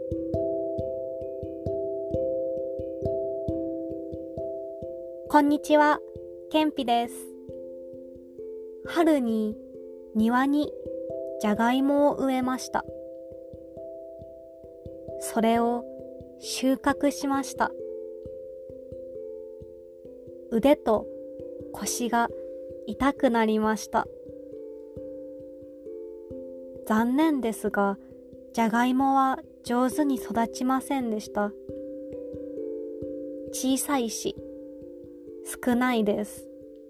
こんにちは、けんぴです。春に庭にじゃがいもを植えました。それを収穫しました。腕と腰が痛くなりました。残念ですが、じゃがいもは上手に育ちませんでした。小さいし、少ないです。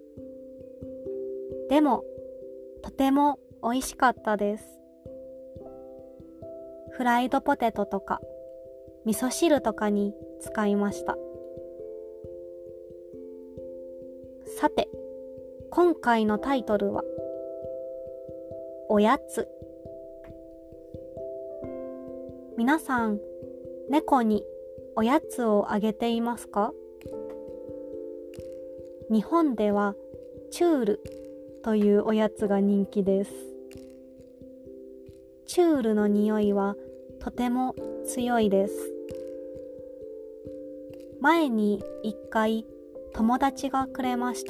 でも、とても美味しかったです。フライドポテトとか、味噌汁とかに使いました。さて、今回のタイトルは、おやつ。皆さん、猫におやつをあげていますか？日本ではチュールというおやつが人気です。チュールの匂いはとても強いです。前に一回友達がくれました。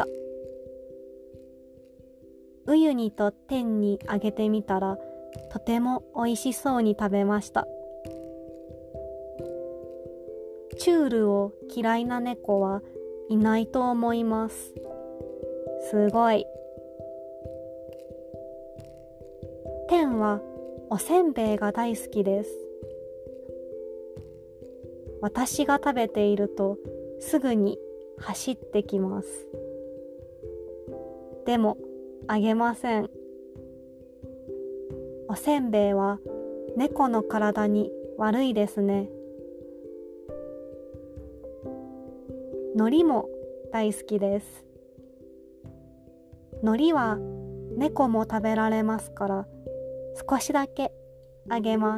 ウユニとテンにあげてみたらとても美味しそうに食べました。チュールを嫌いな猫はいないと思います。すごい。テンはおせんべいが大好きです。私が食べているとすぐに走ってきます。でもあげません。おせんべいは猫の体に悪いですね。海苔も大好きです。海苔は猫も食べられますから少しだけあげます。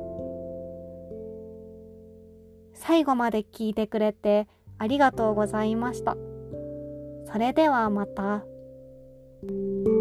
最後まで聞いてくれてありがとうございました。それではまた。